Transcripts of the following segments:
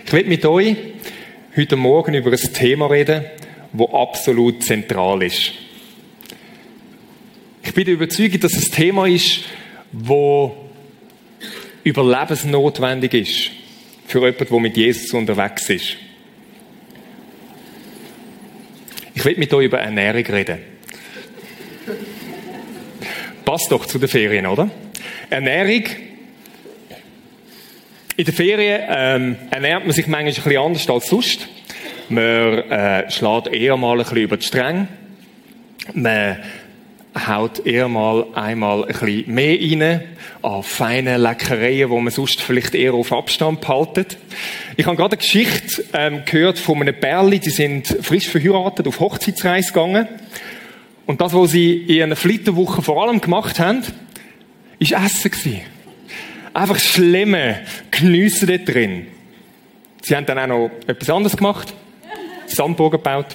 Ich will mit euch heute Morgen über ein Thema reden, das absolut zentral ist. Ich bin der Überzeugung, dass es ein Thema ist, das überlebensnotwendig ist für jemanden, der mit Jesus unterwegs ist. Ich will mit euch über Ernährung reden. Passt doch zu den Ferien, oder? Ernährung. In den Ferien ernährt man sich manchmal ein bisschen anders als sonst. Man schlägt eher mal ein bisschen über die Stränge. Man haut eher mal einmal ein bisschen mehr rein an feinen Leckereien, die man sonst vielleicht eher auf Abstand behaltet. Ich habe gerade eine Geschichte gehört von einem Pärchen, die sind frisch verheiratet, auf Hochzeitsreise gegangen. Und das, was sie in einer Flitterwoche vor allem gemacht haben, ist Essen gewesen. Einfach schlimme Genüsse dort drin. Sie haben dann auch noch etwas anderes gemacht. Sandburgen gebaut.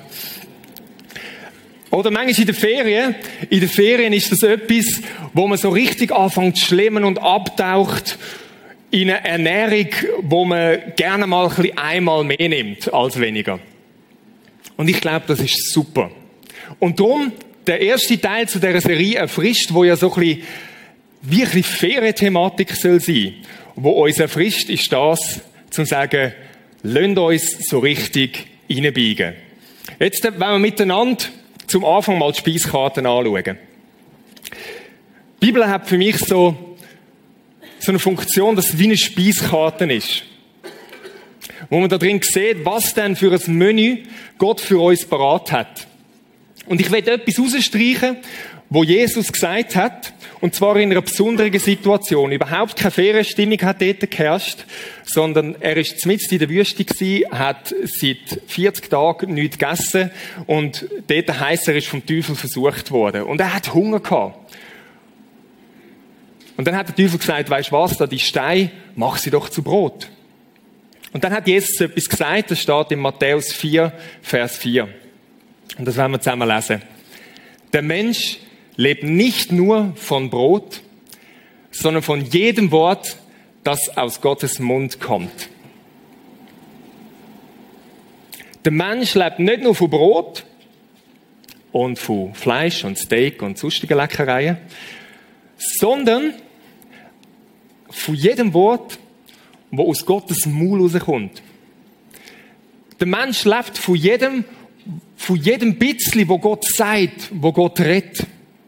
Oder manchmal in den Ferien. In den Ferien ist das etwas, wo man so richtig anfängt zu schlemmen und abtaucht in eine Ernährung, wo man gerne mal ein bisschen einmal mehr nimmt als weniger. Und ich glaube, das ist super. Und darum, der erste Teil zu dieser Serie «Erfrischt», wo ja so ein bisschen wie ein bisschen Ferienthematik soll sein, wo uns erfrischt, ist das, zu sagen, lasst uns so richtig reinbiegen. Jetzt wollen wir miteinander zum Anfang mal die Speiskarten anschauen. Die Bibel hat für mich so eine Funktion, dass es wie eine Speiskarte ist. Wo man da drin sieht, was denn für ein Menü Gott für uns parat hat. Und ich will etwas rausstreichen, wo Jesus gesagt hat, und zwar in einer besonderen Situation. Überhaupt keine Ferienstimmung hat dort geherrscht, sondern er war mitten in der Wüste gewesen, hat seit 40 Tagen nichts gegessen und dort heisst, er ist vom Teufel versucht worden. Und er hat Hunger gehabt. Und dann hat der Teufel gesagt, weisst du was, da die Steine, mach sie doch zu Brot. Und dann hat Jesus etwas gesagt, das steht in Matthäus 4, Vers 4. Und das werden wir zusammen lesen. Der Mensch lebt nicht nur von Brot, sondern von jedem Wort, das aus Gottes Mund kommt. Der Mensch lebt nicht nur von Brot und von Fleisch und Steak und sonstigen Leckereien, sondern von jedem Wort, das aus Gottes Maul rauskommt. Der Mensch lebt von jedem bisschen, wo Gott sagt, wo Gott redet.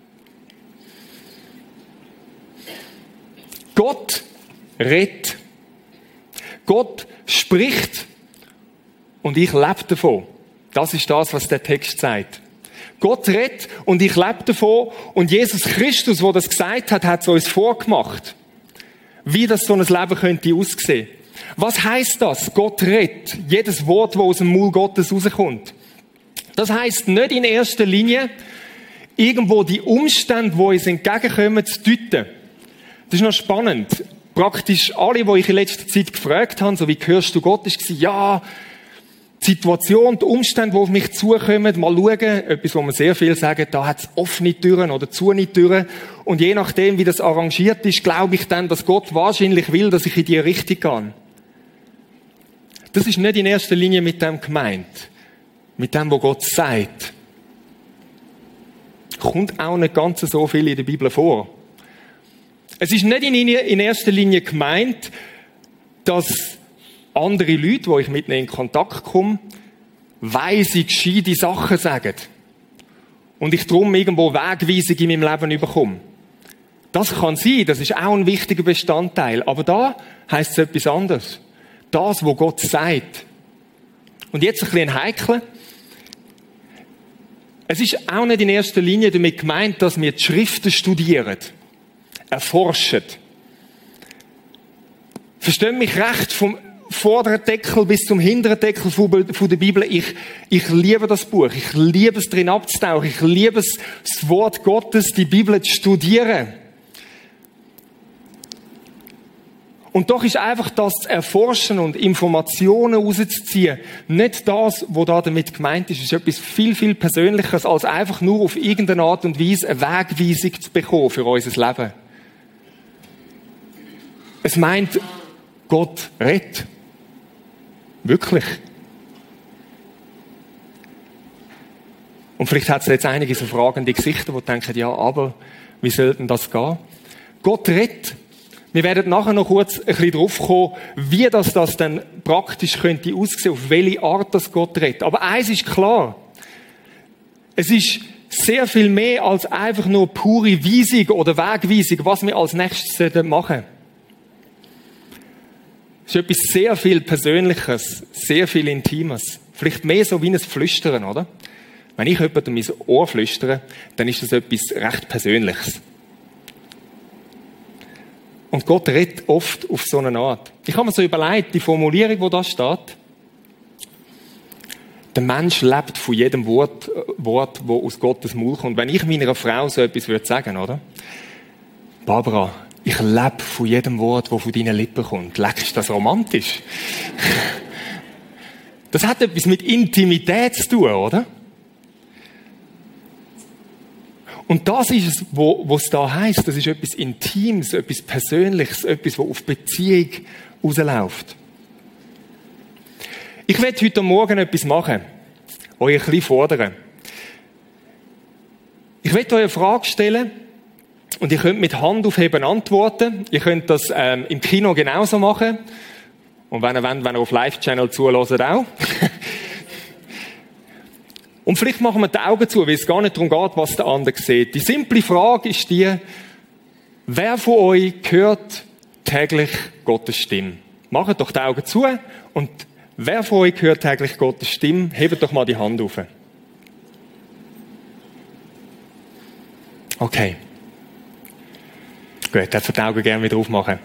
Gott redet. Gott spricht und ich lebe davon. Das ist das, was der Text sagt. Gott redet und ich lebe davon und Jesus Christus, der das gesagt hat, hat es uns vorgemacht, wie das so ein Leben könnte aussehen. Was heisst das? Gott redet. Jedes Wort, das aus dem Mund Gottes rauskommt. Das heisst nicht in erster Linie, irgendwo die Umstände, die uns entgegenkommen, zu deuten. Das ist noch spannend. Praktisch alle, die ich in letzter Zeit gefragt habe, so wie hörst du Gott, ist gesagt, ja, die Situation, die Umstände, die auf mich zukommen, mal schauen, etwas, wo man sehr viel sagen, da hat es offene Türen oder zune Türen. Und je nachdem, wie das arrangiert ist, glaube ich dann, dass Gott wahrscheinlich will, dass ich in die Richtung gehe. Das ist nicht in erster Linie mit dem gemeint. Mit dem, was Gott sagt. Kommt auch nicht ganz so viel in der Bibel vor. Es ist nicht in erster Linie gemeint, dass andere Leute, wo ich mit ihnen in Kontakt komme, weise, gescheite Sachen sagen. Und ich darum irgendwo Wegweisung in meinem Leben bekomme. Das kann sein, das ist auch ein wichtiger Bestandteil. Aber da heisst es etwas anderes. Das, was Gott sagt. Und jetzt ein bisschen heikel. Es ist auch nicht in erster Linie damit gemeint, dass wir die Schriften studieren, erforschen. Versteht mich recht, vom vorderen Deckel bis zum hinteren Deckel von der Bibel. Ich liebe das Buch. Ich liebe es, drin abzutauchen. Ich liebe es, das Wort Gottes, die Bibel zu studieren. Und doch ist einfach das zu erforschen und Informationen rauszuziehen nicht das, was da damit gemeint ist. Es ist etwas viel, viel Persönlicheres, als einfach nur auf irgendeine Art und Weise eine Wegweisung zu bekommen für unser Leben. Es meint, Gott redet. Wirklich. Und vielleicht hat es jetzt einige so fragende Gesichter, die denken, ja, aber wie soll denn das gehen? Gott rettet. Wir werden nachher noch kurz ein bisschen drauf kommen, wie das dann praktisch könnte aussehen, auf welche Art das Gott rettet. Aber eins ist klar. Es ist sehr viel mehr als einfach nur pure Weisung oder Wegweisung, was wir als nächstes machen sollten. Es ist etwas sehr viel Persönliches, sehr viel Intimes. Vielleicht mehr so wie ein Flüstern, oder? Wenn ich jemandem in mein Ohr flüstere, dann ist das etwas recht Persönliches. Und Gott redet oft auf so eine Art. Ich habe mir so überlegt, die Formulierung, die da steht, der Mensch lebt von jedem Wort, das aus Gottes Mund kommt. Wenn ich meiner Frau so etwas sagen würde, oder? Barbara, ich lebe von jedem Wort, das von deinen Lippen kommt. Leck, ist das romantisch? Das hat etwas mit Intimität zu tun, oder? Und das ist es, was es da heisst. Das ist etwas Intimes, etwas Persönliches, etwas, was auf Beziehung rausläuft. Ich werde heute Morgen etwas machen. Euch ein bisschen fordern. Ich werde euch eine Frage stellen und ihr könnt mit Hand aufheben antworten. Ihr könnt das im Kino genauso machen. Und wenn ihr auf Live-Channel zuhört, auch. Und vielleicht machen wir die Augen zu, weil es gar nicht darum geht, was der andere sieht. Die simple Frage ist die, wer von euch hört täglich Gottes Stimme? Macht doch die Augen zu und wer von euch hört täglich Gottes Stimme? Hebt doch mal die Hand auf. Okay. Gut, dürft ihr die Augen gerne wieder aufmachen.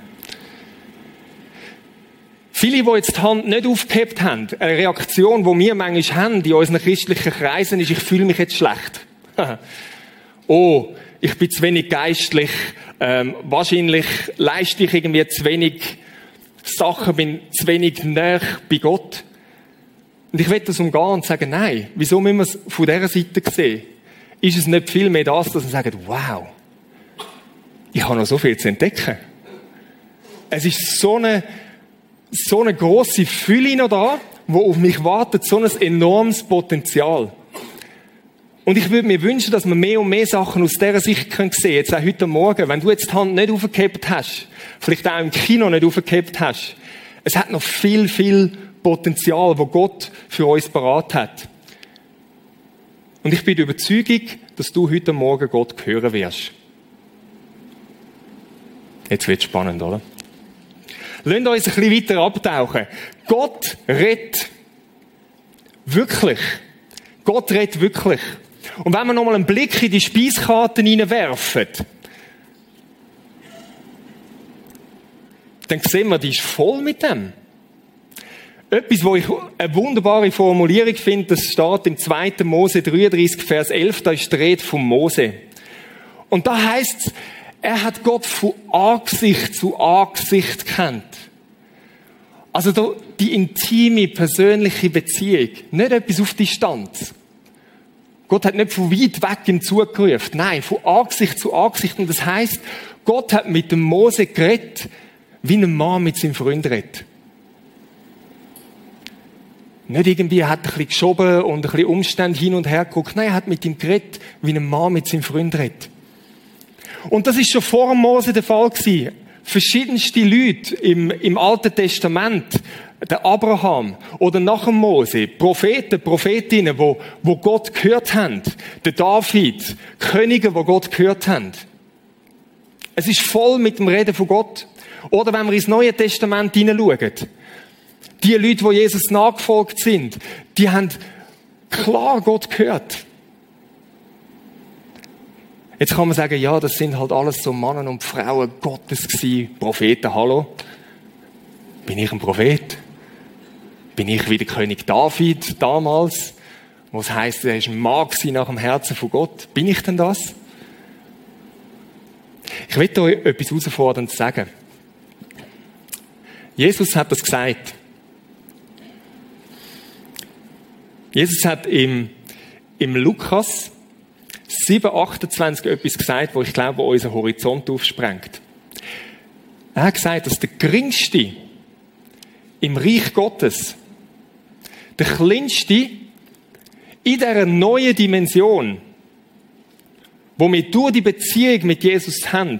Viele, die jetzt die Hand nicht aufgehebt haben, eine Reaktion, die wir manchmal haben in unseren christlichen Kreisen, ist, ich fühle mich jetzt schlecht. Oh, ich bin zu wenig geistlich, wahrscheinlich leiste ich irgendwie zu wenig Sachen, bin zu wenig näher bei Gott. Und ich will das umgehen und sagen, nein, wieso müssen wir es von dieser Seite sehen? Ist es nicht viel mehr das, dass wir sagen, wow, ich habe noch so viel zu entdecken. Es ist so eine grosse Fülle noch da, die auf mich wartet, so ein enormes Potenzial. Und ich würde mir wünschen, dass wir mehr und mehr Sachen aus dieser Sicht sehen können. Jetzt auch heute Morgen, wenn du jetzt die Hand nicht aufgehebt hast, vielleicht auch im Kino nicht aufgehebt hast, es hat noch viel, viel Potenzial, das Gott für uns parat hat. Und ich bin der Überzeugung, dass du heute Morgen Gott hören wirst. Jetzt wird es spannend, oder? Lasst uns ein bisschen weiter abtauchen. Gott redet wirklich. Gott redet wirklich. Und wenn wir nochmal einen Blick in die Speiskarten hineinwerfen, dann sehen wir, die ist voll mit dem. Etwas, wo ich eine wunderbare Formulierung finde, das steht im 2. Mose 33, Vers 11, da ist die Rede von Mose. Und da heisst es, er hat Gott von Angesicht zu Angesicht gekannt. Also die intime, persönliche Beziehung. Nicht etwas auf Distanz. Gott hat nicht von weit weg ihm zugerufen. Nein, von Angesicht zu Angesicht. Und das heisst, Gott hat mit dem Mose geredet, wie ein Mann mit seinem Freund redet. Nicht irgendwie, er hat ein bisschen geschoben und ein bisschen Umstände hin und her geguckt. Nein, er hat mit ihm geredet, wie ein Mann mit seinem Freund redet. Und das ist schon vor dem Mose der Fall gewesen. Verschiedenste Leute im Alten Testament, der Abraham oder nach dem Mose, Propheten, Prophetinnen, wo Gott gehört haben, der David, Könige, wo Gott gehört haben. Es ist voll mit dem Reden von Gott. Oder wenn wir ins Neue Testament hineinschauen, die Leute, die Jesus nachgefolgt sind, die haben klar Gott gehört. Jetzt kann man sagen, ja, das sind halt alles so Männer und Frauen Gottes gewesen, Propheten, hallo. Bin ich ein Prophet? Bin ich wie der König David damals? Was heisst, er ist ein Mann gewesen nach dem Herzen von Gott? Bin ich denn das? Ich will euch etwas Herausforderndes sagen. Jesus hat das gesagt. Jesus hat im Lukas 7,28 etwas gesagt, wo ich glaube, unseren Horizont aufsprengt. Er hat gesagt, dass der Geringste im Reich Gottes Der kleinste in dieser neuen Dimension, wo wir durch die Beziehung mit Jesus haben.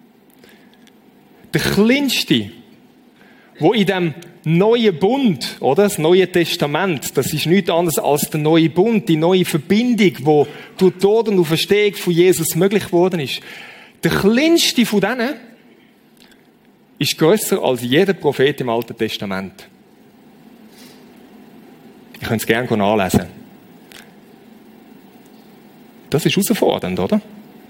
Der kleinste, wo in dem neuen Bund, oder? Das Neue Testament, das ist nichts anderes als der neue Bund, die neue Verbindung, wo durch Tod und Auferstehung von Jesus möglich geworden ist. Der kleinste von denen ist grösser als jeder Prophet im Alten Testament. Ich könnte es gerne nachlesen. Das ist herausfordernd, oder?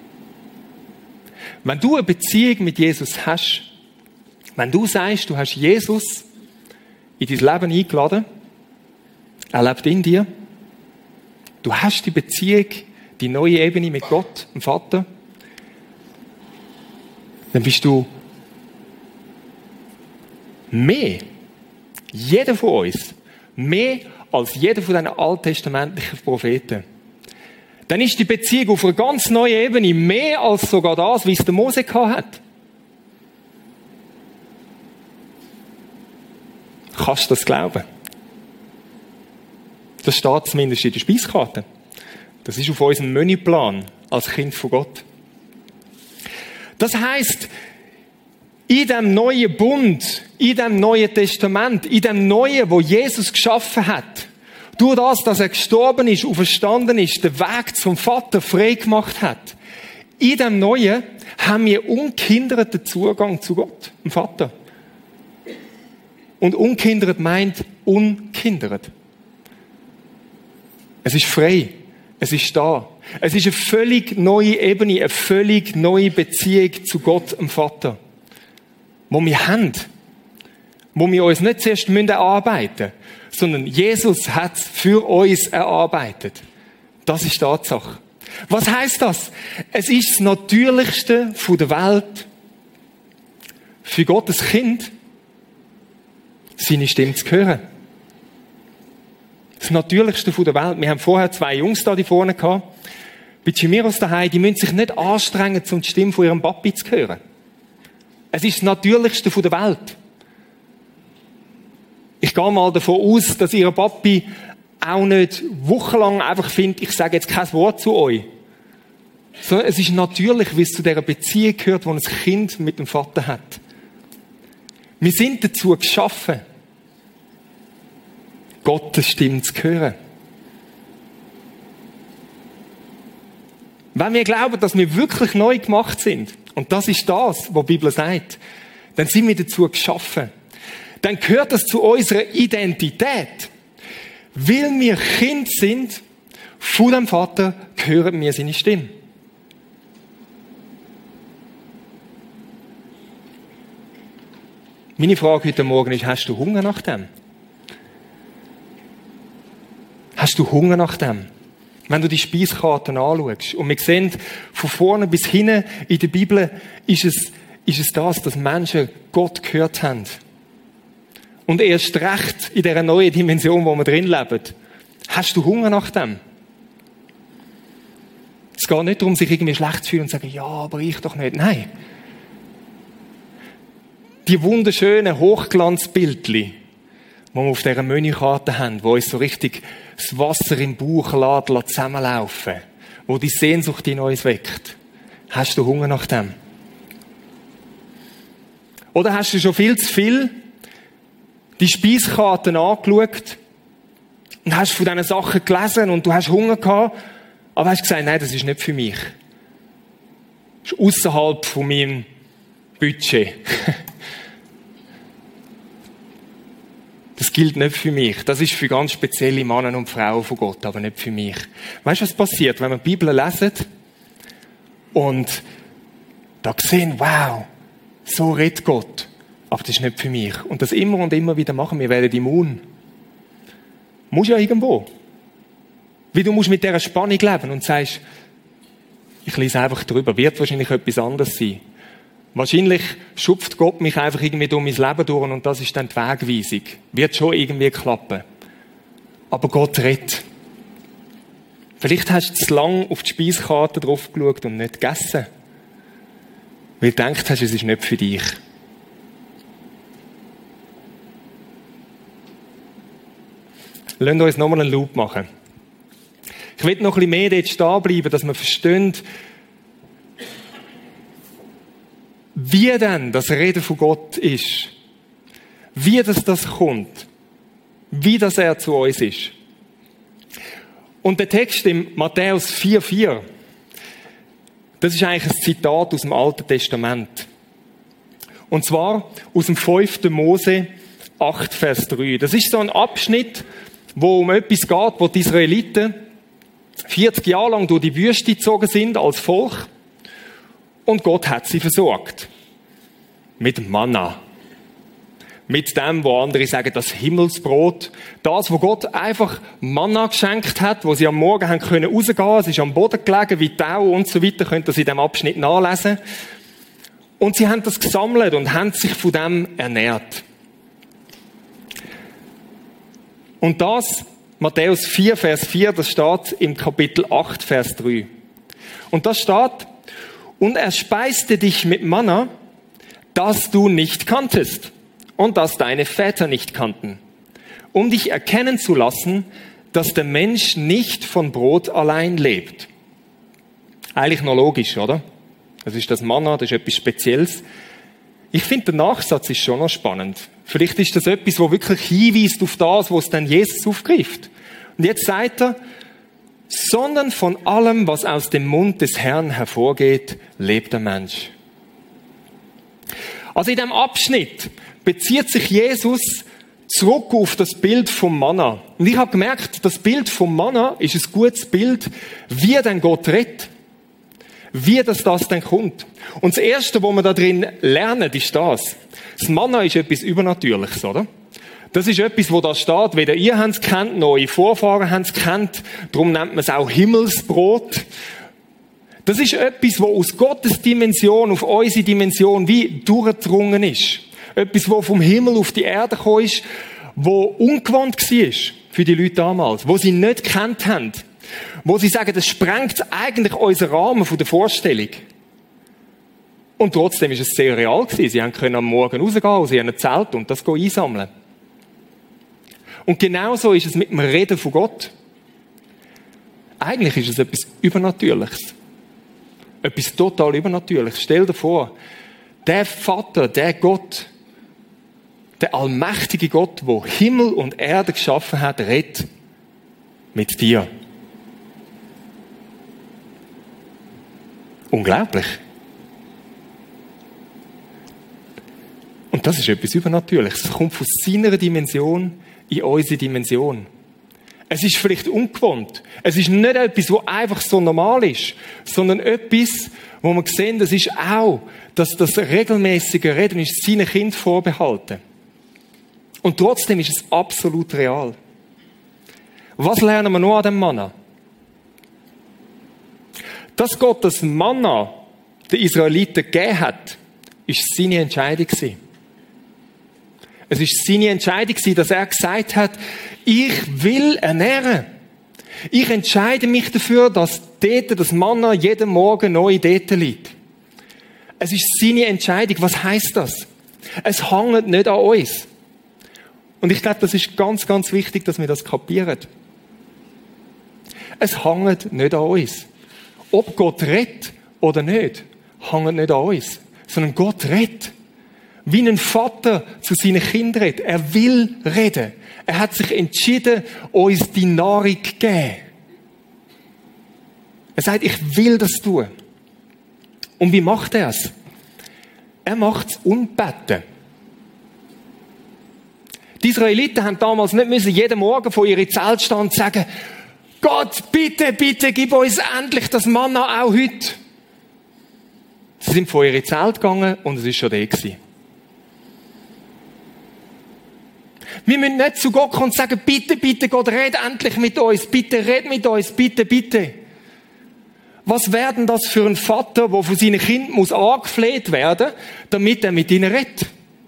Wenn du eine Beziehung mit Jesus hast, wenn du sagst, du hast Jesus in dein Leben eingeladen, er lebt in dir, du hast die Beziehung, die neue Ebene mit Gott, dem Vater, dann bist du mehr, jeder von uns, mehr als jeder von diesen alttestamentlichen Propheten. Dann ist die Beziehung auf einer ganz neuen Ebene mehr als sogar das, wie es der Mose gehabt hat. Kannst du das glauben? Das steht zumindest in der Speiskarte. Das ist auf unserem Menüplan als Kind von Gott. Das heisst, in dem neuen Bund, in dem neuen Testament, in dem neuen, wo Jesus geschaffen hat, durch das, dass er gestorben ist, auferstanden ist, den Weg zum Vater frei gemacht hat, in dem neuen haben wir ungehinderten Zugang zu Gott, dem Vater. Und unkindert meint unkindert. Es ist frei. Es ist da. Es ist eine völlig neue Ebene, eine völlig neue Beziehung zu Gott, dem Vater. Wo wir haben. Wo wir uns nicht zuerst erarbeiten müssen, sondern Jesus hat es für uns erarbeitet. Das ist Tatsache. Was heisst das? Es ist das Natürlichste der Welt für Gottes Kind, seine Stimme zu hören. Das Natürlichste der Welt. Wir haben vorher 2 Jungs da vorne gehabt. Bei Chimiros daheim, die müssen sich nicht anstrengen, um die Stimme von ihrem Papi zu hören. Es ist das Natürlichste der Welt. Ich gehe mal davon aus, dass ihr Papi auch nicht wochenlang einfach findet, ich sage jetzt kein Wort zu euch. Sondern es ist natürlich, wie es zu dieser Beziehung gehört, die ein Kind mit dem Vater hat. Wir sind dazu geschaffen, Gottes Stimme zu hören. Wenn wir glauben, dass wir wirklich neu gemacht sind, und das ist das, was die Bibel sagt, dann sind wir dazu geschaffen. Dann gehört das zu unserer Identität. Weil wir Kind sind von dem Vater, hören wir seine Stimme. Meine Frage heute Morgen ist, hast du Hunger nach dem? Hast du Hunger nach dem? Wenn du die Speiskarten anschaust und wir sehen, von vorne bis hinten in der Bibel ist es das, dass Menschen Gott gehört haben. Und erst recht in dieser neuen Dimension, wo wir drin leben. Hast du Hunger nach dem? Es geht nicht darum, sich irgendwie schlecht zu fühlen und zu sagen, ja, aber ich doch nicht. Nein. Die wunderschönen Hochglanzbildchen, die wir auf dieser Menükarte haben, wo uns so richtig das Wasser im Bauch lässt zusammenlaufen, wo die Sehnsucht in uns weckt. Hast du Hunger nach dem? Oder hast du schon viel zu viel die Speiskarten angeschaut und hast von diesen Sachen gelesen und du hast Hunger gehabt, aber hast gesagt, nein, das ist nicht für mich. Das ist ausserhalb von meinem Budget. Das gilt nicht für mich. Das ist für ganz spezielle Männer und Frauen von Gott, aber nicht für mich. Weißt du, was passiert, wenn wir die Bibel lesen und da sehen, wow, so redet Gott. Aber das ist nicht für mich. Und das immer und immer wieder machen, wir werden immun. Musst ja irgendwo. Wie du musst mit dieser Spannung leben und sagst, ich lese einfach drüber, wird wahrscheinlich etwas anderes sein. Wahrscheinlich schupft Gott mich einfach irgendwie durch mein Leben durch und das ist dann die Wegweisung. Wird schon irgendwie klappen. Aber Gott redet. Vielleicht hast du zu lange auf die Speiskarte drauf geschaut und nicht gegessen. Weil du gedacht hast, es ist nicht für dich. Lasst uns nochmal einen Loop machen. Ich will noch ein bisschen mehr dort stehen bleiben, dass wir verstehen, wie denn das Reden von Gott ist. Wie das kommt. Wie das er zu uns ist. Und der Text im Matthäus 4,4, das ist eigentlich ein Zitat aus dem Alten Testament. Und zwar aus dem 5. Mose 8, Vers 3. Das ist so ein Abschnitt, wo um etwas geht, wo die Israeliten 40 Jahre lang durch die Wüste gezogen sind als Volk. Und Gott hat sie versorgt. Mit Manna. Mit dem, wo andere sagen, das Himmelsbrot. Das, wo Gott einfach Manna geschenkt hat, wo sie am Morgen haben können rausgehen. Es ist am Boden gelegen, wie Tau und so weiter. Könnt ihr das in diesem Abschnitt nachlesen. Und sie haben das gesammelt und haben sich von dem ernährt. Und das, Matthäus 4, Vers 4, das steht im Kapitel 8, Vers 3. Und das steht, und er speiste dich mit Manna, das du nicht kanntest und das deine Väter nicht kannten, um dich erkennen zu lassen, dass der Mensch nicht von Brot allein lebt. Eigentlich noch logisch, oder? Das ist das Manna, das ist etwas Spezielles. Ich finde, der Nachsatz ist schon noch spannend. Vielleicht ist das etwas, wo wirklich hinweist auf das, was dann Jesus aufgreift. Und jetzt sagt er, sondern von allem, was aus dem Mund des Herrn hervorgeht, lebt der Mensch. Also in diesem Abschnitt bezieht sich Jesus zurück auf das Bild vom Manna. Und ich habe gemerkt, das Bild vom Manna ist ein gutes Bild, wie denn Gott redet. Wie das dann kommt. Und das Erste, was wir da drin lernen, ist das. Das Manna ist etwas Übernatürliches, oder? Das ist etwas, wo da steht, weder ihr habt es kennt, noch eure Vorfahren haben es kennt. Darum nennt man es auch Himmelsbrot. Das ist etwas, wo aus Gottes Dimension auf unsere Dimension wie durchgedrungen ist. Etwas, wo vom Himmel auf die Erde gekommen ist, wo ungewohnt war für die Leute damals, wo sie nicht gekannt haben. Wo sie sagen, das sprengt eigentlich unseren Rahmen von der Vorstellung. Und trotzdem ist es sehr real gewesen. Sie können am Morgen rausgehen aus ihrem Zelt und das einsammeln. Und genauso ist es mit dem Reden von Gott. Eigentlich ist es etwas Übernatürliches. Etwas total Übernatürliches. Stell dir vor, der Vater, der Gott, der allmächtige Gott, der Himmel und Erde geschaffen hat, redet mit dir. Unglaublich. Und das ist etwas Übernatürliches. Es kommt von seiner Dimension in unsere Dimension. Es ist vielleicht ungewohnt. Es ist nicht etwas, was einfach so normal ist, sondern etwas, wo wir sehen, das ist auch, dass das regelmäßige Reden ist seinen Kindern vorbehalten. Und trotzdem ist es absolut real. Was lernen wir noch an dem Manna? Dass Gott das Manna den Israeliten gegeben hat, ist seine Entscheidung gewesen. Es ist seine Entscheidung gewesen, dass er gesagt hat, ich will ernähren. Ich entscheide mich dafür, dass dort das Manna jeden Morgen neu dort liegt. Es ist seine Entscheidung. Was heisst das? Es hängt nicht an uns. Und ich glaube, das ist ganz, ganz wichtig, dass wir das kapieren. Es hängt nicht an uns. Ob Gott redet oder nicht, hängt nicht an uns. Sondern Gott redet. Wie ein Vater zu seinen Kindern redet. Er will reden. Er hat sich entschieden, uns die Nahrung zu geben. Er sagt, ich will das tun. Und wie macht er es? Er macht es unbeten. Die Israeliten haben damals nicht müssen jeden Morgen vor ihrem Zelt stehen und sagen, Gott, bitte, bitte, gib uns endlich das Manna auch heute. Sie sind vor ihre Zelt gegangen und es war schon da gewesen. Wir müssen nicht zu Gott kommen und sagen, bitte, bitte, Gott, red endlich mit uns, bitte, red mit uns, bitte, bitte. Was wäre denn das für ein Vater, der von seinen Kindern muss angefleht werden, damit er mit ihnen redet?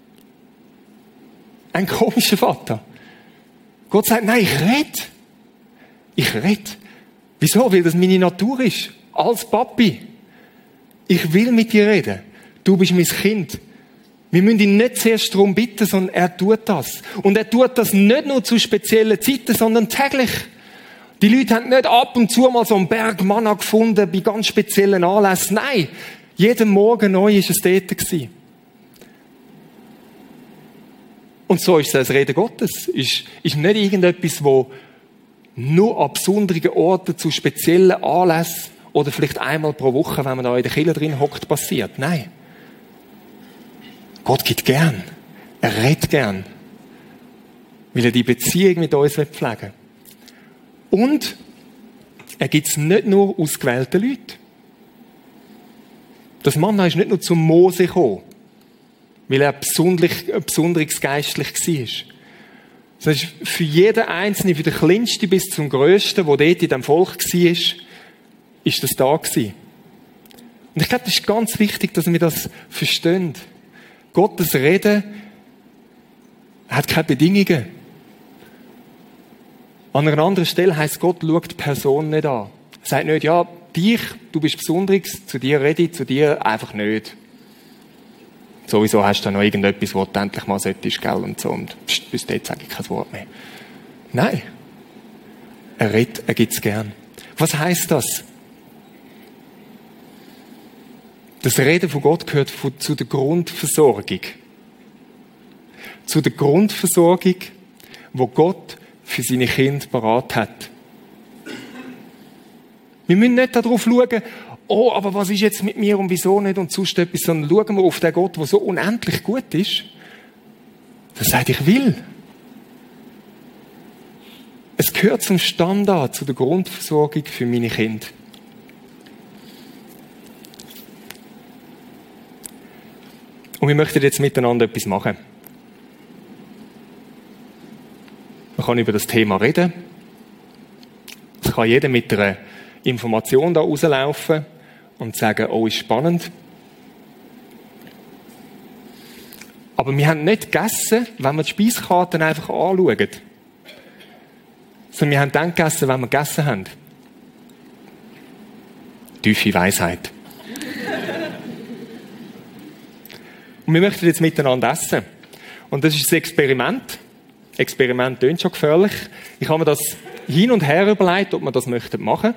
Ein komischer Vater. Gott sagt, nein, ich rede. Ich rede. Wieso? Weil das meine Natur ist. Als Papi. Ich will mit dir reden. Du bist mein Kind. Wir müssen ihn nicht zuerst darum bitten, sondern er tut das. Und er tut das nicht nur zu speziellen Zeiten, sondern täglich. Die Leute haben nicht ab und zu mal so einen Berg Manna gefunden bei ganz speziellen Anlässen. Nein, jeden Morgen neu war es dort gewesen. Und so ist das Reden Gottes. Ist nicht irgendetwas, wo nur an besonderen Orten zu speziellen Anlässen oder vielleicht einmal pro Woche, wenn man da in der Kirche drin hockt, passiert. Nein. Gott gibt gern. Er redet gern. Weil er die Beziehung mit uns pflegen will. Und er gibt es nicht nur ausgewählten Leuten. Das Manna ist nicht nur zum Mose gekommen, weil er besonders geistlich war. Das ist für jeden Einzelnen, für den Kleinsten bis zum Grössten, der dort in diesem Volk war, ist das da gewesen. Und ich glaube, das ist ganz wichtig, dass wir das verstehen. Gottes Reden hat keine Bedingungen. An einer anderen Stelle heisst, Gott schaut die Person nicht an. Er sagt nicht, ja, dich, du bist Besonderes, zu dir rede ich, zu dir einfach nicht. Sowieso hast du noch irgendetwas, was du endlich mal solltest, gell, und so. Und bis dort sage ich kein Wort mehr. Nein. Er redet, er gibt es gern. Was heisst das? Das Reden von Gott gehört zu der Grundversorgung. Zu der Grundversorgung, wo Gott für seine Kinder parat hat. Wir müssen nicht darauf schauen, oh, aber was ist jetzt mit mir und wieso nicht und sonst etwas, sondern schauen wir auf den Gott, der so unendlich gut ist. Der sagt, ich will. Es gehört zum Standard, zu der Grundversorgung für meine Kinder. Und wir möchten jetzt miteinander etwas machen. Man kann über das Thema reden. Es kann jeder mit einer Information da rauslaufen und sagen, oh, ist spannend. Aber wir haben nicht gegessen, wenn wir die Speiskarten einfach anschauen. Sondern wir haben dann gegessen, wenn wir gegessen haben. Tiefe Weisheit. Und wir möchten jetzt miteinander essen. Und das ist ein Experiment. Experiment klingt schon gefährlich. Ich habe mir das hin und her überlegt, ob wir das machen möchten.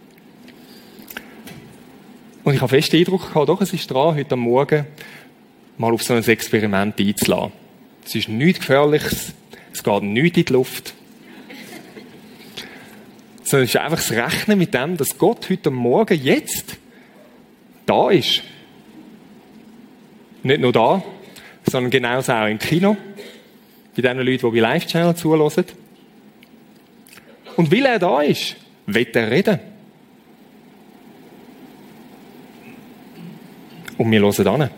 Und ich habe fest den Eindruck gehabt, doch, es ist dran, heute Morgen mal auf so ein Experiment einzulassen. Es ist nichts Gefährliches, es geht nichts in die Luft. Sondern es ist einfach das Rechnen mit dem, dass Gott heute Morgen jetzt da ist. Nicht nur da, sondern genauso auch im Kino. Bei den Leuten, die bei Live-Channel zuhören. Und weil er da ist, will er reden. Und wir hören hin.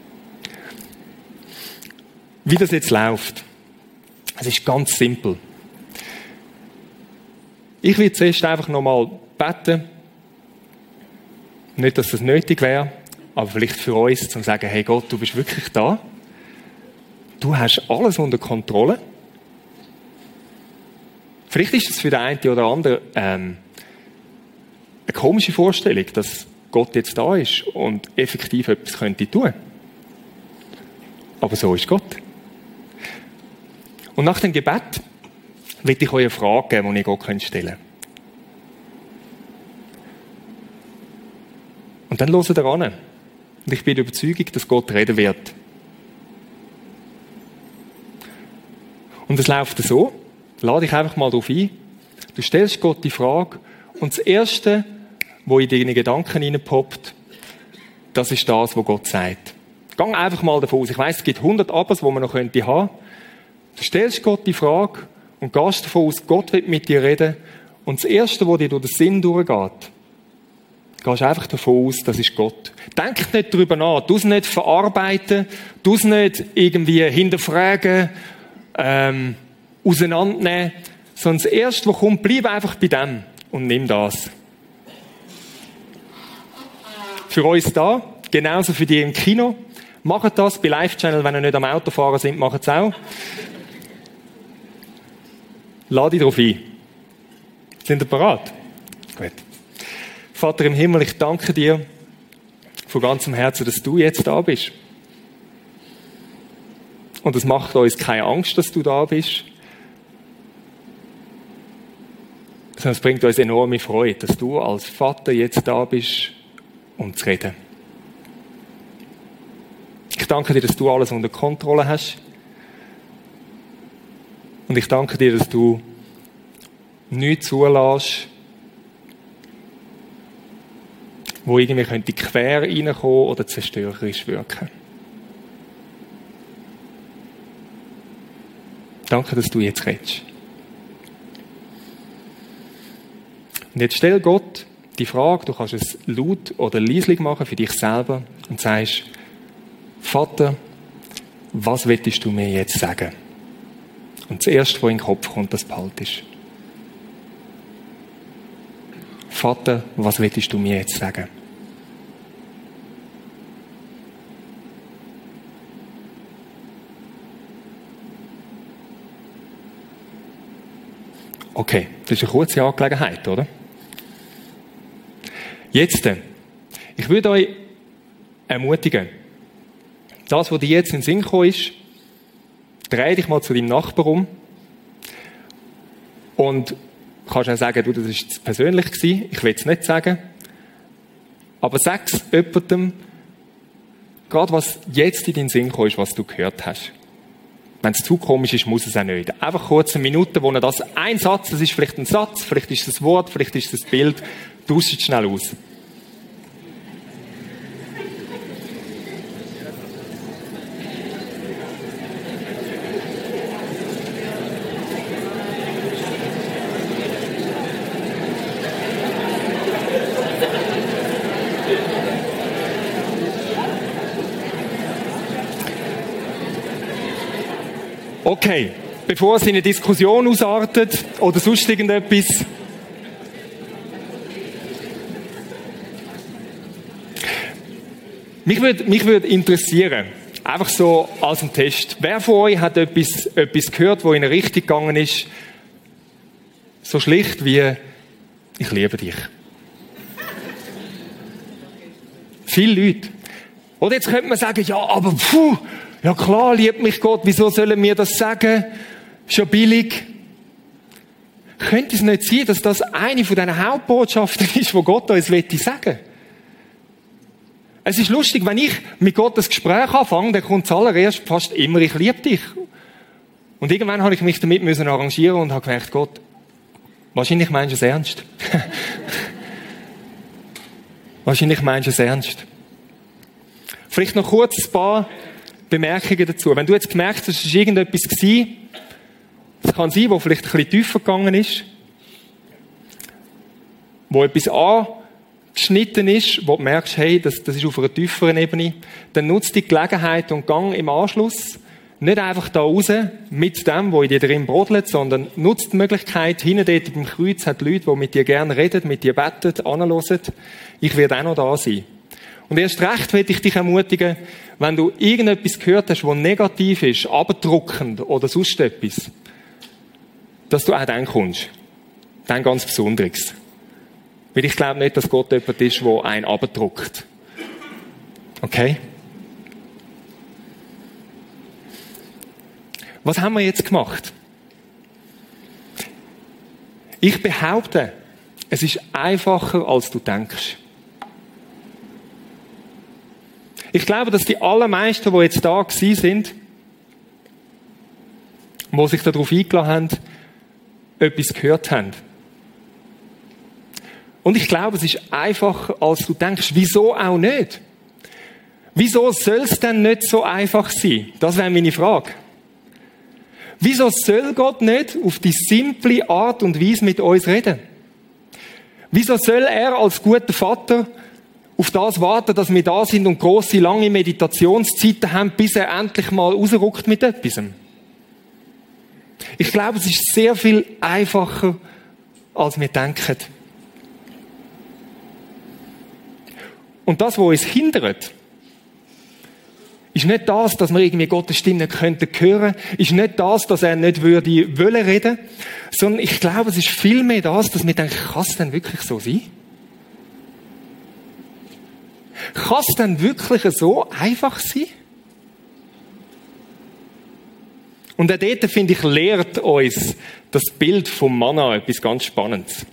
Wie das jetzt läuft, es ist ganz simpel. Ich will zuerst einfach nochmal beten. Nicht, dass das nötig wäre, aber vielleicht für uns, um zu sagen, hey Gott, du bist wirklich da. Du hast alles unter Kontrolle. Vielleicht ist es für den einen oder anderen eine komische Vorstellung, dass Gott jetzt da ist und effektiv etwas könnte tun. Aber so ist Gott. Und nach dem Gebet will ich euch eine Frage geben, die ihr Gott stellen könnt. Und dann hört ihr an. Und ich bin der Überzeugung, dass Gott reden wird. Und es läuft so, lade dich einfach mal darauf ein. Du stellst Gott die Frage und das Erste, was in deine Gedanken hineinpoppt, das ist das, was Gott sagt. Gang einfach mal davon aus. Ich weiss, es gibt 100 Abers, die man noch haben könnte. Du stellst Gott die Frage und gehst davon aus, Gott will mit dir reden. Und das Erste, was dir durch den Sinn durchgeht, gehst einfach davon aus, das ist Gott. Denk nicht darüber nach. Du es nicht verarbeiten. Du es nicht irgendwie hinterfragen, auseinandernehmen. Sondern das Erste, was kommt, bleib einfach bei dem und nimm das. Für uns da, genauso für die im Kino. Macht das bei Live-Channel, wenn ihr nicht am Autofahren sind, macht es auch. Lade dich darauf ein. Sind ihr bereit? Gut. Vater im Himmel, ich danke dir von ganzem Herzen, dass du jetzt da bist. Und es macht uns keine Angst, dass du da bist. Sondern es bringt uns enorme Freude, dass du als Vater jetzt da bist, um zu reden. Ich danke dir, dass du alles unter Kontrolle hast. Und ich danke dir, dass du nichts zulässt, wo irgendwie quer reinkommen oder zerstörerisch wirken. Danke, dass du jetzt redest. Und jetzt stell Gott die Frage, du kannst es laut oder leislich machen für dich selber und sagst, Vater, was willst du mir jetzt sagen? Und das Erste, was in den Kopf kommt, das behaltest. Vater, was willst du mir jetzt sagen? Okay, das ist eine kurze Angelegenheit, oder? Jetzt, ich würde euch ermutigen, das, was dir jetzt in den Sinn gekommen ist, dreh dich mal zu deinem Nachbarn um und kannst auch sagen, du, das war jetzt persönlich gewesen, ich will es nicht sagen, aber sag es jemandem, gerade was jetzt in den Sinn gekommen ist, was du gehört hast. Wenn es zu komisch ist, muss es auch nicht. Einfach kurz eine Minute, wo das ein Satz, das ist vielleicht ein Satz, vielleicht ist es ein Wort, vielleicht ist es ein Bild, tausch es schnell aus. Okay, bevor es in eine Diskussion ausartet oder sonst irgendetwas. Mich würde interessieren, einfach so als ein Test, wer von euch hat etwas gehört, wo in eine Richtung gegangen ist, so schlicht wie, ich liebe dich. Viele Leute. Oder jetzt könnte man sagen, ja, aber ja klar, liebt mich Gott, wieso sollen wir das sagen? Schon billig. Könnte es nicht sein, dass das eine von diesen Hauptbotschaften ist, die Gott uns sagen will? Es ist lustig, wenn ich mit Gott das Gespräch anfange, dann kommt zuallererst fast immer, ich liebe dich. Und irgendwann habe ich mich damit arrangieren und habe gemerkt, Gott, wahrscheinlich meinst du es ernst. Wahrscheinlich meinst du es ernst. Vielleicht noch kurz ein paar Bemerkungen dazu. Wenn du jetzt gemerkt hast, es war irgendetwas gewesen, es kann sein, wo vielleicht ein bisschen tiefer gegangen ist, wo etwas angeschnitten ist, wo du merkst, hey, das ist auf einer tieferen Ebene, dann nutzt die Gelegenheit und gang im Anschluss nicht einfach da raus mit dem, was in dir drin brodelt, sondern nutzt die Möglichkeit, hinten dort beim Kreuz hat Leute, die mit dir gerne reden, mit dir beten, anhören. Ich werde auch noch da sein. Und erst recht will ich dich ermutigen, wenn du irgendetwas gehört hast, was negativ ist, abdruckend oder sonst etwas, dass du auch dann kommst. Dann ganz Besonderes. Weil ich glaube nicht, dass Gott jemand ist, der einen abdruckt. Okay? Was haben wir jetzt gemacht? Ich behaupte, es ist einfacher, als du denkst. Ich glaube, dass die allermeisten, die jetzt da gewesen sind, die sich darauf eingeladen haben, etwas gehört haben. Und ich glaube, es ist einfacher, als du denkst. Wieso auch nicht? Wieso soll es denn nicht so einfach sein? Das wäre meine Frage. Wieso soll Gott nicht auf die simple Art und Weise mit uns reden? Wieso soll er als guter Vater auf das warten, dass wir da sind und grosse, lange Meditationszeiten haben, bis er endlich mal rausrückt mit etwas? Ich glaube, es ist sehr viel einfacher, als wir denken. Und das, was uns hindert, ist nicht das, dass wir irgendwie Gottes Stimme nicht hören könnten, ist nicht das, dass er nicht wollen reden, sondern ich glaube, es ist vielmehr das, dass wir denken, kann es denn wirklich so sein? Kann es denn wirklich so einfach sein? Und auch dort, finde ich, lehrt uns das Bild vom Manna etwas ganz Spannendes.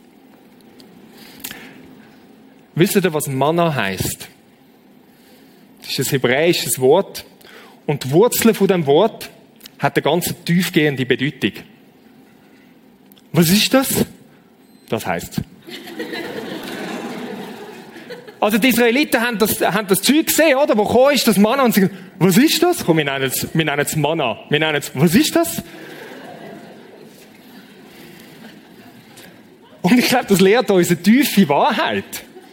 Wisst ihr, was Manna heisst? Das ist ein hebräisches Wort. Und die Wurzel von dem Wort hat eine ganz tiefgehende Bedeutung. Was ist das? Das heisst. Also die Israeliten haben das Zeug gesehen, oder? Wo gekommen ist das Manna und sie sagen, was ist das? Komm, wir nennen es Manna. Wir nennen es, was ist das? Und ich glaube, das lehrt uns eine tiefe Wahrheit.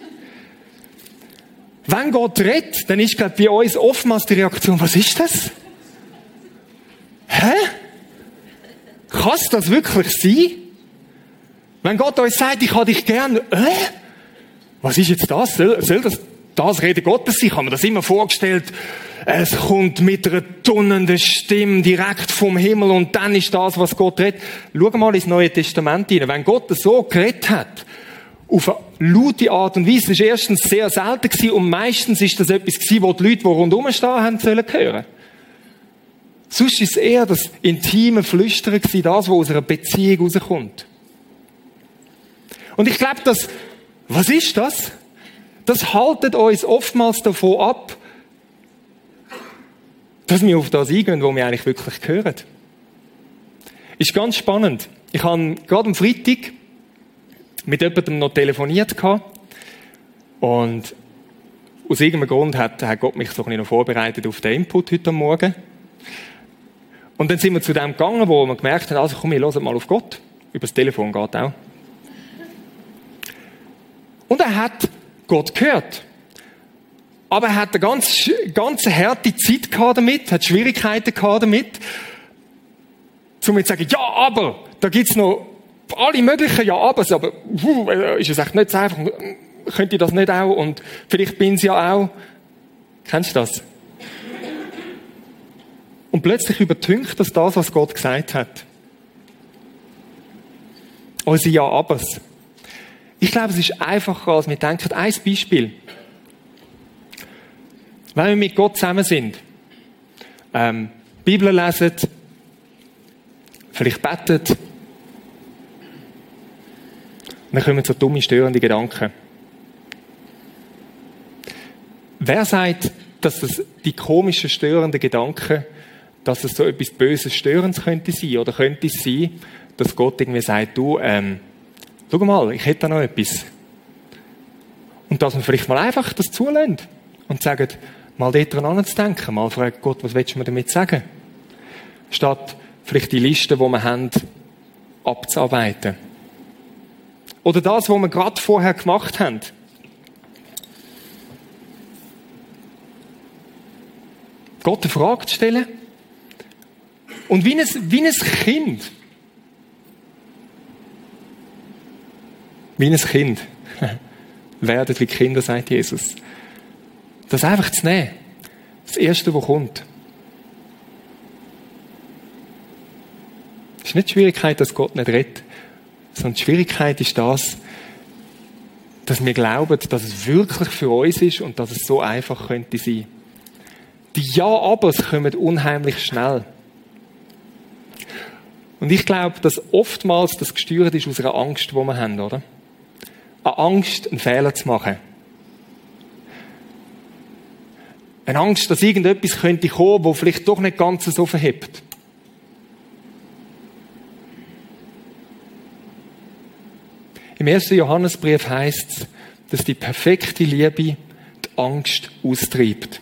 Wenn Gott redet, dann ist, glaube ich, bei uns oftmals die Reaktion, was ist das? Hä? Kann es das wirklich sein? Wenn Gott uns sagt, ich habe dich gern, was ist jetzt das? Soll das Rede Gottes sein? Ich habe mir das immer vorgestellt. Es kommt mit einer tonnenden Stimme direkt vom Himmel und dann ist das, was Gott redet. Schau mal ins Neue Testament hinein. Wenn Gott so geredet hat, auf eine laute Art und Weise, das war erstens sehr selten gewesen und meistens ist das etwas gewesen, wo die Leute, die rundherum stehen haben, sollen hören. Sonst ist es eher das intime Flüstern gewesen, das, was aus einer Beziehung rauskommt. Und ich glaube, was ist das? Das haltet uns oftmals davon ab, dass wir auf das eingehen, was wir eigentlich wirklich hören. Ist ganz spannend. Ich habe gerade am Freitag mit jemandem noch telefoniert und aus irgendeinem Grund hat Gott mich so ein bisschen noch vorbereitet auf den Input heute Morgen. Und dann sind wir zu dem gegangen, wo wir gemerkt haben, also komm, wir hören mal auf Gott. Über das Telefon geht auch. Und er hat Gott gehört. Aber er hat eine ganz harte Zeit gehabt damit, hat Schwierigkeiten gehabt damit, um jetzt zu sagen, ja, aber, da gibt's noch alle möglichen Ja-Abers, aber ist es echt nicht so einfach, könnt ihr das nicht auch und vielleicht bin ich ja auch. Kennst du das? Und plötzlich übertüncht das, was Gott gesagt hat. Unsere Ja-Abers. Ich glaube, es ist einfacher, als wir denken. Ein Beispiel. Wenn wir mit Gott zusammen sind, Bibel lesen, vielleicht beten, dann kommen so dumme, störende Gedanken. Wer sagt, dass das die komischen, störenden Gedanken, dass es so etwas Böses, Störendes könnte sein? Oder könnte es sein, dass Gott irgendwie sagt, du, schau mal, ich hätte da noch etwas. Und dass man vielleicht mal einfach das zulässt und sagt, mal dort dran anzudenken, mal fragt Gott, was willst du mir damit sagen? Statt vielleicht die Liste, die wir haben, abzuarbeiten. Oder das, was wir gerade vorher gemacht haben. Gott eine Frage zu stellen. Und wie ein Kind. Wie ein Kind. Werdet wie Kinder, sagt Jesus. Das einfach zu nehmen. Das Erste, was kommt. Es ist nicht die Schwierigkeit, dass Gott nicht redet. Sondern die Schwierigkeit ist das, dass wir glauben, dass es wirklich für uns ist und dass es so einfach könnte sein. Die Ja-Abers kommen unheimlich schnell. Und ich glaube, dass oftmals das gesteuert ist aus einer Angst, die wir haben, oder? Eine Angst, einen Fehler zu machen. Eine Angst, dass irgendetwas könnte kommen, das vielleicht doch nicht ganz so verhebt. Im 1. Johannesbrief heisst es, dass die perfekte Liebe die Angst austreibt.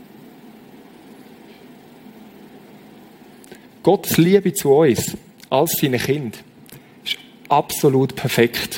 Gottes Liebe zu uns, als seine Kinder, ist absolut perfekt.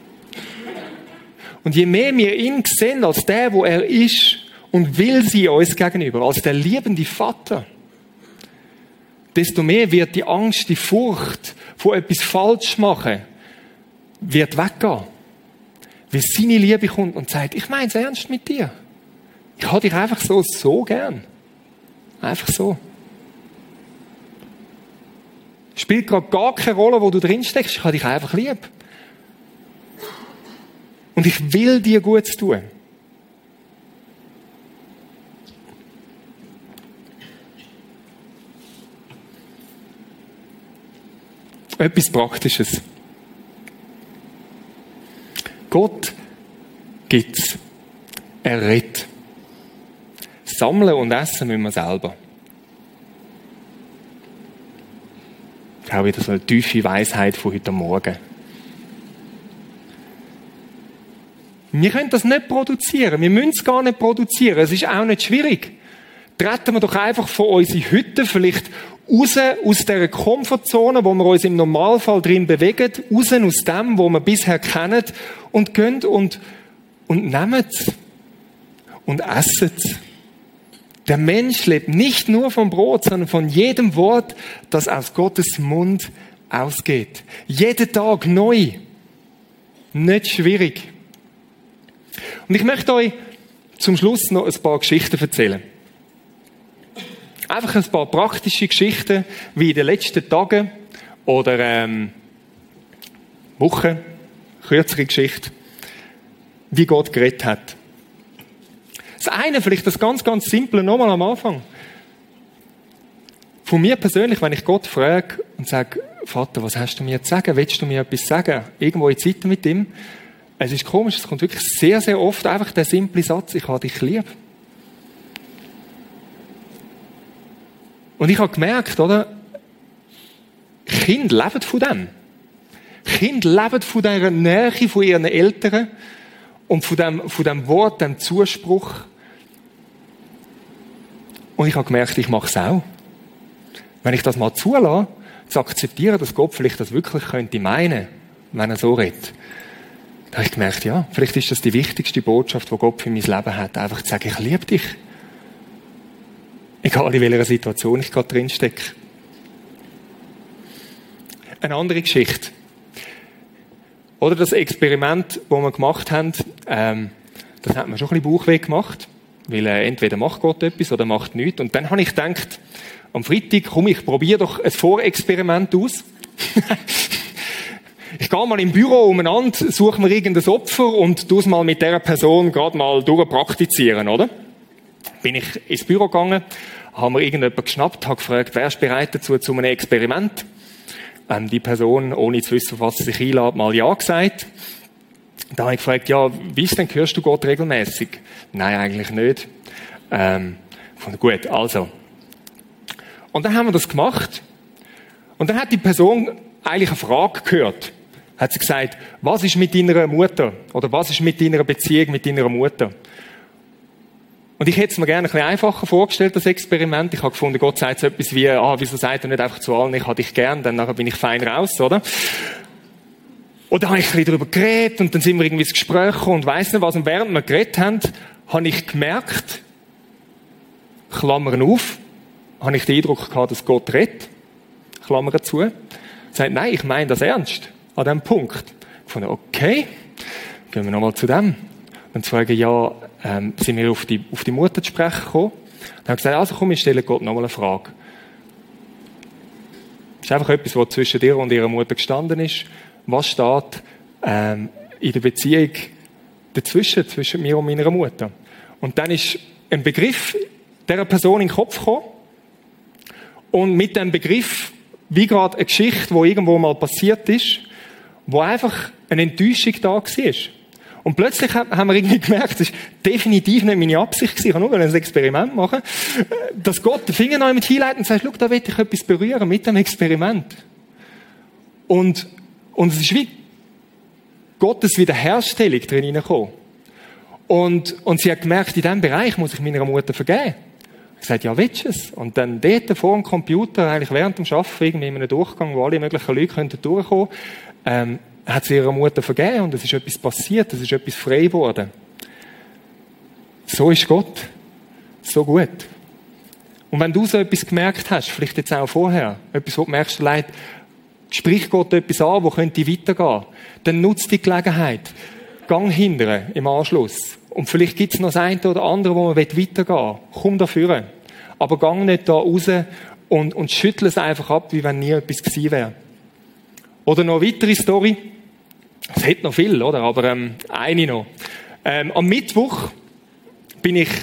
Und je mehr wir ihn sehen als der, wo er ist und will sie uns gegenüber, als der liebende Vater, desto mehr wird die Angst, die Furcht von etwas falsch machen, wird weggehen. Weil seine Liebe kommt und sagt, ich meine es ernst mit dir. Ich habe dich einfach so gern. Einfach so. Spielt gerade gar keine Rolle, wo du drin steckst. Ich habe dich einfach lieb. Und ich will dir Gutes tun. Etwas Praktisches. Gott gibt's. Er rettet. Sammeln und essen müssen wir selber. Auch wieder so eine tiefe Weisheit von heute Morgen. Wir können das nicht produzieren. Wir müssen es gar nicht produzieren. Es ist auch nicht schwierig. Treten wir doch einfach von unseren Hütten vielleicht raus aus dieser Komfortzone, wo wir uns im Normalfall drin bewegen, raus aus dem, was wir bisher kennen, und gehen und nehmen es und essen es. Der Mensch lebt nicht nur vom Brot, sondern von jedem Wort, das aus Gottes Mund ausgeht. Jeden Tag neu. Nicht schwierig. Und ich möchte euch zum Schluss noch ein paar Geschichten erzählen. Einfach ein paar praktische Geschichten, wie in den letzten Tagen oder Wochen, kürzere Geschichte, wie Gott geredet hat. Das eine, vielleicht das ganz, ganz Simple, nochmal am Anfang. Von mir persönlich, wenn ich Gott frage und sage, Vater, was hast du mir zu sagen? Willst du mir etwas sagen? Irgendwo in Zeiten mit ihm. Es ist komisch, es kommt wirklich sehr, sehr oft einfach der simple Satz, ich habe dich lieb. Und ich habe gemerkt, oder? Kinder leben von dem. Kinder leben von dieser Nähe von ihren Eltern und von dem Wort, dem Zuspruch. Und ich habe gemerkt, ich mache es auch. Wenn ich das mal zulasse, zu akzeptieren, dass Gott vielleicht das wirklich könnte meinen, wenn er so redet. Da habe ich gemerkt, ja, vielleicht ist das die wichtigste Botschaft, die Gott für mein Leben hat. Einfach zu sagen, ich liebe dich. Egal in welcher Situation ich gerade drin stecke. Eine andere Geschichte. Oder das Experiment, das wir gemacht haben, das hat mir schon ein bisschen Bauchweh gemacht. Weil entweder macht Gott etwas oder macht nichts. Und dann habe ich gedacht, am Freitag, komm, ich probiere doch ein Vorexperiment aus. Ich gehe mal im Büro umeinander, suche mir irgendein Opfer und tue es mal mit dieser Person gerade mal durchpraktizieren, oder? Bin ich ins Büro gegangen, habe mir irgendjemanden geschnappt, habe gefragt, wer ist bereit dazu zu einem Experiment? Die Person, ohne zu wissen, auf was sie sich einlädt, mal ja gesagt. Da habe ich gefragt, ja, wie ist denn, hörst du Gott regelmäßig? Nein, eigentlich nicht. Gut, also. Und dann haben wir das gemacht. Und dann hat die Person eigentlich eine Frage gehört. Hat sie gesagt, was ist mit deiner Mutter? Oder was ist mit deiner Beziehung mit deiner Mutter? Und ich hätte es mir gerne ein bisschen einfacher vorgestellt, das Experiment. Ich habe gefunden, Gott sagt so etwas wie, wieso sagt er nicht einfach zu allen, ich habe dich gern, dann nachher bin ich fein raus, oder? Und dann habe ich ein bisschen darüber geredet und dann sind wir irgendwie ins Gespräch gekommen und weiss nicht was. Und während wir geredet haben, habe ich gemerkt, Klammern auf, habe ich den Eindruck gehabt, dass Gott redet, Klammern zu. Sagt, nein, ich meine das ernst, an diesem Punkt. Ich fand, okay, gehen wir nochmal zu dem. Dann fragen, ja, sind wir auf die Mutter zu sprechen gekommen? Dann habe ich gesagt, also komm, ich stelle Gott nochmal eine Frage. Das ist einfach etwas, was zwischen dir und ihrer Mutter gestanden ist. Was steht in der Beziehung dazwischen, zwischen mir und meiner Mutter? Und dann ist ein Begriff dieser Person in den Kopf gekommen. Und mit dem Begriff, wie gerade eine Geschichte, die irgendwo mal passiert ist, wo einfach eine Enttäuschung da war. Und plötzlich haben wir irgendwie gemerkt, das war definitiv nicht meine Absicht gewesen, ich wollte nur ein Experiment machen, dass Gott den Finger neu mit hinleitet und sagt, schau, da will ich etwas berühren mit dem Experiment. Und es ist wie Gottes Wiederherstellung drin hineingekommen. Und sie hat gemerkt, in diesem Bereich muss ich meiner Mutter vergeben. Ich sagte, ja, willst du es? Und dann dort vor dem Computer, eigentlich während dem Arbeiten, irgendwie in einem Durchgang, wo alle möglichen Leute durchkommen könnten, hat sie ihrer Mutter vergeben und es ist etwas passiert, es ist etwas frei geworden. So ist Gott. So gut. Und wenn du so etwas gemerkt hast, vielleicht jetzt auch vorher, etwas, wo du merkst, Leute, sprich Gott etwas an, wo könnte weitergehen, dann nutzt die Gelegenheit. Gang hindern im Anschluss. Und vielleicht gibt es noch das eine oder andere, wo man weitergehen will. Komm dafür. Aber gang nicht da raus und schüttle es einfach ab, wie wenn nie etwas gewesen wäre. Oder noch eine weitere Story. Es hat noch viel, oder? Aber eine noch. Am Mittwoch bin ich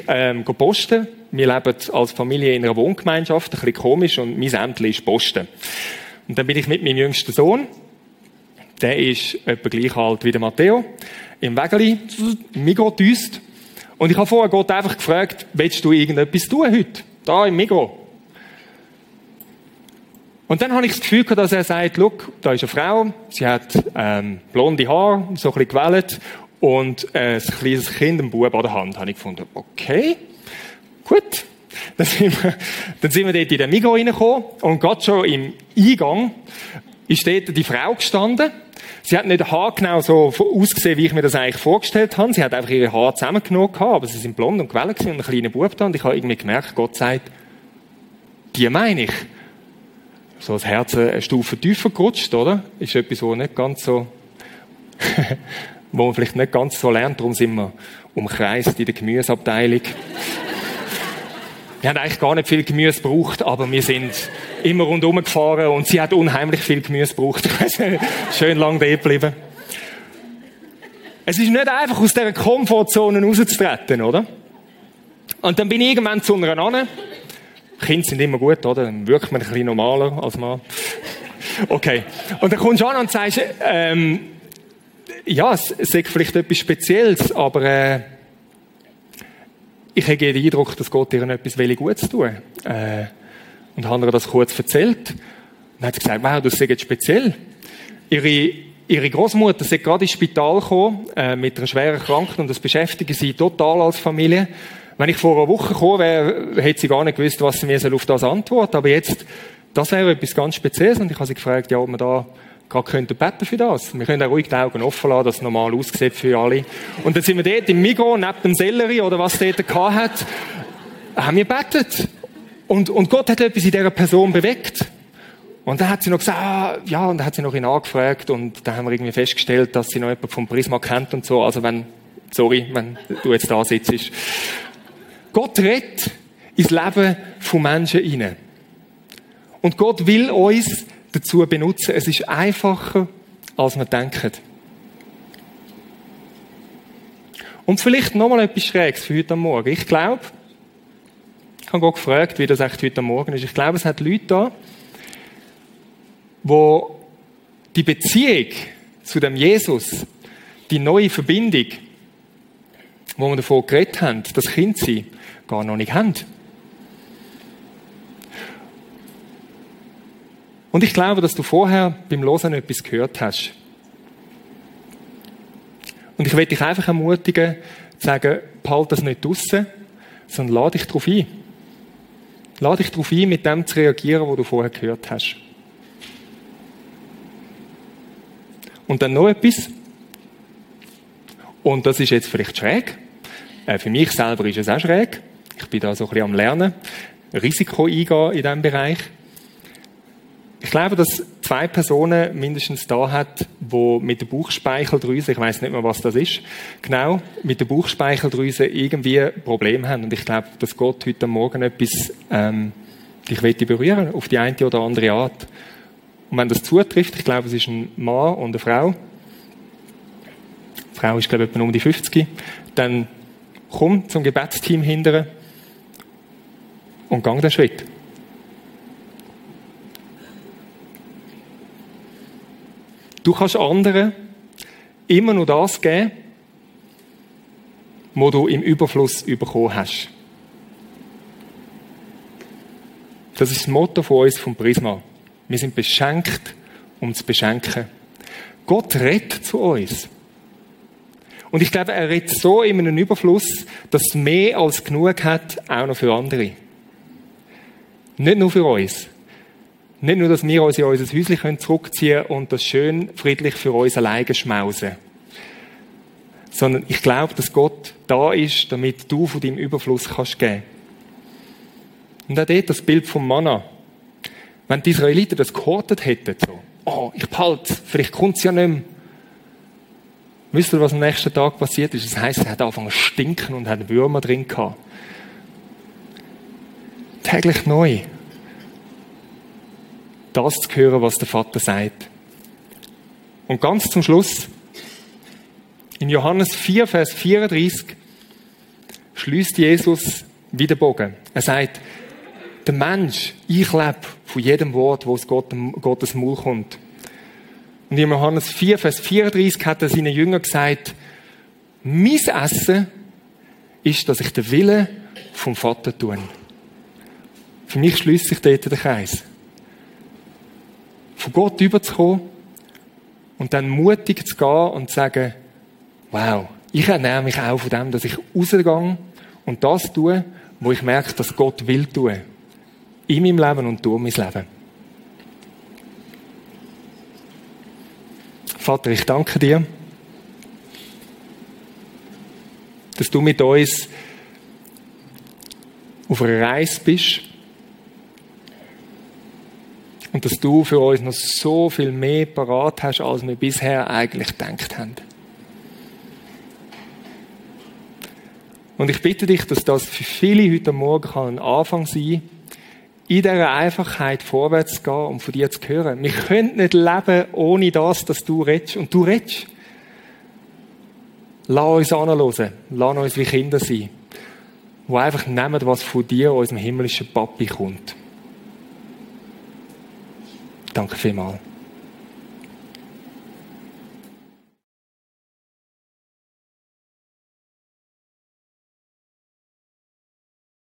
posten. Wir leben als Familie in einer Wohngemeinschaft, ein bisschen komisch, und mein Ämtli ist posten. Und dann bin ich mit meinem jüngsten Sohn, der ist etwa gleich alt wie der Matteo, im Wägeli, im Migros düst. Und ich habe vorher Gott einfach gefragt, willst du irgendetwas tun heute? Da im Migros. Und dann habe ich das Gefühl gehabt, dass er sagt, schau, da ist eine Frau, sie hat blonde Haare, so ein bisschen gewellt und ein kleines Kind, ein Bub an der Hand. Habe ich gefunden, okay, gut. Dann sind wir dort in den Migros reingekommen und gerade schon im Eingang ist dort die Frau gestanden. Sie hat nicht haargenau so ausgesehen, wie ich mir das eigentlich vorgestellt habe. Sie hat einfach ihre Haare zusammengenommen gehabt, aber sie sind blond und gewellt und ein kleiner Bub da. Und ich habe irgendwie gemerkt, Gott sagt, die meine ich. So das Herz eine Stufe tiefer gerutscht, oder? Ist etwas, wo nicht ganz so, wo man vielleicht nicht ganz so lernt. Darum sind wir umkreist in der Gemüseabteilung. Wir haben eigentlich gar nicht viel Gemüse gebraucht, aber wir sind immer rundherum gefahren und sie hat unheimlich viel Gemüse gebraucht. Schön lang da geblieben. Es ist nicht einfach, aus dieser Komfortzone rauszutreten, oder? Und dann bin ich irgendwann zu einer an. Kinder sind immer gut, oder? Dann wirkt man ein bisschen normaler als Mann. Okay. Und dann kommst du an und sagst, ja, es ist vielleicht etwas Spezielles, aber ich habe den Eindruck, dass Gott ihr etwas Gutes tun will. Und habe ihr das kurz erzählt. Und dann hat sie gesagt, wow, das ist jetzt speziell. Ihre Großmutter ist gerade ins Spital gekommen, mit einer schweren Krankheit, und das beschäftigt sie total als Familie. Wenn ich vor einer Woche gekommen wäre, hätte sie gar nicht gewusst, was sie mir auf das antworten soll. Aber jetzt, das wäre etwas ganz Spezielles. Und ich habe sie gefragt, ja, ob wir da gerade könnten beten für das. Wir können auch ruhig die Augen offen lassen, dass es normal aussieht für alle. Und dann sind wir dort im Migros, neben dem Sellerie oder was dort gehabt hat, haben wir gebetet. Und Gott hat etwas in dieser Person bewegt. Und dann hat sie noch gesagt, ja, und dann hat sie noch ihn angefragt und dann haben wir irgendwie festgestellt, dass sie noch jemanden vom Prisma kennt und so. Also wenn du jetzt da sitzt. Gott redet ins Leben von Menschen hinein. Und Gott will uns dazu benutzen. Es ist einfacher, als wir denken. Und vielleicht nochmal etwas Schräges für heute Morgen. Ich glaube, ich habe Gott gefragt, wie das echt heute Morgen ist. Ich glaube, es hat Leute da, wo die Beziehung zu dem Jesus, die neue Verbindung, wo wir davon geredet haben, das Kindsein, gar noch nicht haben. Und ich glaube, dass du vorher beim Hören etwas gehört hast. Und ich will dich einfach ermutigen, zu sagen, behalte das nicht draussen, sondern lade dich darauf ein. Lade dich darauf ein, mit dem zu reagieren, was du vorher gehört hast. Und dann noch etwas. Und das ist jetzt vielleicht schräg. Für mich selber ist es auch schräg. Ich bin da so ein bisschen am Lernen. Risiko eingehen in diesem Bereich. Ich glaube, dass 2 Personen mindestens da hat, die mit der Bauchspeicheldrüse, ich weiss nicht mehr, was das ist, genau, mit der Bauchspeicheldrüse irgendwie Probleme haben. Und ich glaube, dass Gott heute Morgen etwas dich berühren will, auf die eine oder andere Art. Und wenn das zutrifft, ich glaube, es ist ein Mann und eine Frau. Die Frau ist, glaube ich, etwa um die 50. Dann komm zum Gebetsteam hinterher und gang den Schritt. Du kannst anderen immer nur das geben, was du im Überfluss bekommen hast. Das ist das Motto von uns, vom Prisma. Wir sind beschenkt, um zu beschenken. Gott redet zu uns. Und ich glaube, er redet so in einem Überfluss, dass es mehr als genug hat, auch noch für andere. Nicht nur für uns. Nicht nur, dass wir uns in unser Häuschen zurückziehen können und das schön friedlich für uns alleine schmausen. Sondern ich glaube, dass Gott da ist, damit du von deinem Überfluss kannst geben. Und auch dort das Bild vom Manna. Wenn die Israeliten das gehortet hätten, so, oh, ich behalte, vielleicht kommt es ja nicht mehr. Wisst ihr, was am nächsten Tag passiert ist? Das heisst, er hat angefangen zu stinken und hat Würmer drin gehabt. Täglich neu. Das zu hören, was der Vater sagt. Und ganz zum Schluss, in Johannes 4, Vers 34, schließt Jesus wieder Bogen. Er sagt, Der Mensch, ich lebe von jedem Wort, wo aus Gottes Mund kommt. Und in Johannes 4, Vers 34 hat er seinen Jüngern gesagt, mein Essen ist, dass ich den Willen vom Vater tue. Für mich schließt sich dort der Kreis. Von Gott überzukommen und dann mutig zu gehen und zu sagen, wow, ich ernähre mich auch von dem, dass ich rausgehe und das tue, wo ich merke, dass Gott will tun. In meinem Leben und durch mein Leben. Vater, ich danke dir, dass du mit uns auf einer Reise bist und dass du für uns noch so viel mehr parat hast, als wir bisher eigentlich gedacht haben. Und ich bitte dich, dass das für viele heute Morgen ein Anfang sein kann, in dieser Einfachheit vorwärts zu gehen und von dir zu hören. Wir können nicht leben ohne das, dass du redest. Und du redest. Lass uns anhören. Lass uns wie Kinder sein, die einfach nehmen, was von dir, unserem himmlischen Papi, kommt. Danke vielmals.